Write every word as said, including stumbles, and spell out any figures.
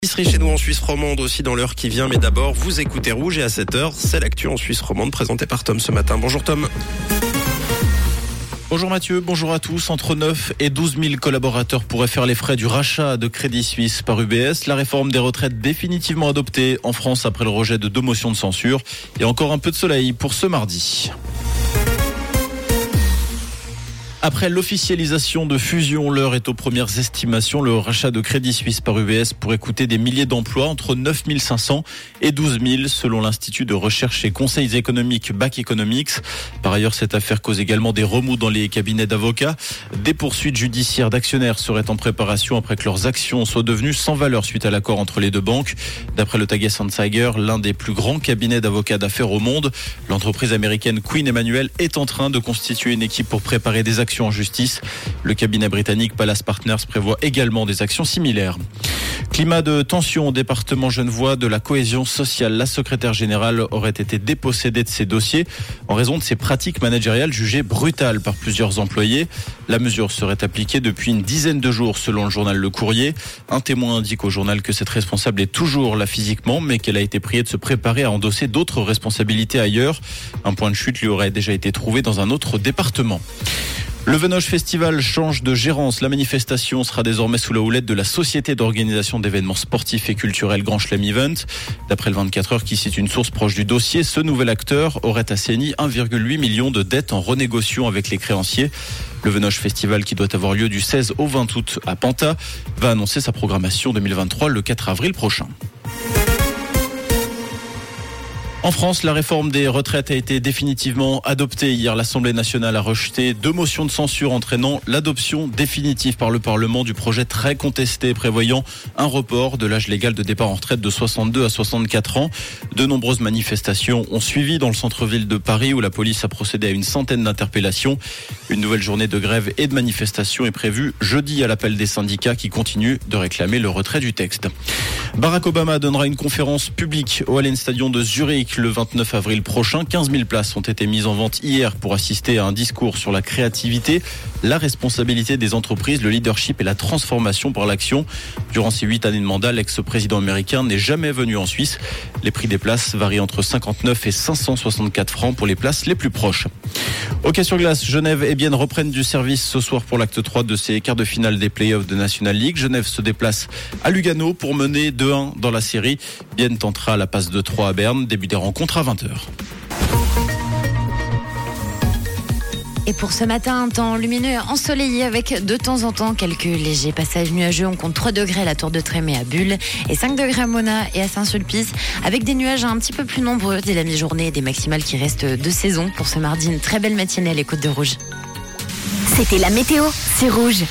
Épicerie chez nous en Suisse romande aussi dans l'heure qui vient, mais d'abord vous écoutez Rouge et à cette heure c'est l'actu en Suisse romande présentée par Tom ce matin. Bonjour Tom. Bonjour Mathieu, bonjour à tous. Entre neuf et douze mille collaborateurs pourraient faire les frais du rachat de Crédit Suisse par U B S. La réforme des retraites définitivement adoptée en France après le rejet de deux motions de censure. Et encore un peu de soleil pour ce mardi. Après l'officialisation de fusion, l'heure est aux premières estimations. Le rachat de Crédit Suisse par U B S pourrait coûter des milliers d'emplois, entre neuf mille cinq cents et douze mille, selon l'Institut de recherche et conseils économiques Bac Economics. Par ailleurs, cette affaire cause également des remous dans les cabinets d'avocats. Des poursuites judiciaires d'actionnaires seraient en préparation après que leurs actions soient devenues sans valeur suite à l'accord entre les deux banques. D'après le Tages-Anzeiger, l'un des plus grands cabinets d'avocats d'affaires au monde, l'entreprise américaine Queen Emanuel est en train de constituer une équipe pour préparer des actions en justice. Le cabinet britannique Palace Partners prévoit également des actions similaires. Climat de tension au département genevois de la cohésion sociale. La secrétaire générale aurait été dépossédée de ses dossiers en raison de ses pratiques managériales jugées brutales par plusieurs employés. La mesure serait appliquée depuis une dizaine de jours selon le journal Le Courrier. Un témoin indique au journal que cette responsable est toujours là physiquement, mais qu'elle a été priée de se préparer à endosser d'autres responsabilités ailleurs. Un point de chute lui aurait déjà été trouvé dans un autre département. Le Venoge Festival change de gérance. La manifestation sera désormais sous la houlette de la Société d'organisation d'événements sportifs et culturels Grand Chelem Event. D'après le vingt-quatre heures qui cite une source proche du dossier, ce nouvel acteur aurait assaini un virgule huit million de dettes en renégociant avec les créanciers. Le Venoge Festival, qui doit avoir lieu du seize au vingt août à Panta, va annoncer sa programmation deux mille vingt-trois le quatre avril prochain. En France, la réforme des retraites a été définitivement adoptée. Hier, l'Assemblée nationale a rejeté deux motions de censure entraînant l'adoption définitive par le Parlement du projet très contesté prévoyant un report de l'âge légal de départ en retraite de soixante-deux à soixante-quatre ans. De nombreuses manifestations ont suivi dans le centre-ville de Paris où la police a procédé à une centaine d'interpellations. Une nouvelle journée de grève et de manifestation est prévue jeudi à l'appel des syndicats qui continuent de réclamer le retrait du texte. Barack Obama donnera une conférence publique au Hallenstadion de Zurich le vingt-neuf avril prochain. quinze mille places ont été mises en vente hier pour assister à un discours sur la créativité, la responsabilité des entreprises, le leadership et la transformation par l'action. Durant ses huit années de mandat, l'ex-président américain n'est jamais venu en Suisse. Les prix des places varient entre cinquante-neuf et cinq cent soixante-quatre francs pour les places les plus proches. Hockey sur glace, Genève et Bienne reprennent du service ce soir pour l'acte trois de ces quarts de finale des playoffs de National League. Genève se déplace à Lugano pour mener deux un dans la série. Bienne tentera la passe de trois à Berne. Début des rencontres à vingt heures. Et pour ce matin, un temps lumineux ensoleillé avec de temps en temps quelques légers passages nuageux. On compte trois degrés à la Tour de Trémé à Bulle et cinq degrés à Mona et à Saint-Sulpice, avec des nuages un petit peu plus nombreux dès la mi-journée et des maximales qui restent de saison. Pour ce mardi, une très belle matinée à les Côtes de Rouge. C'était la météo, c'est Rouge.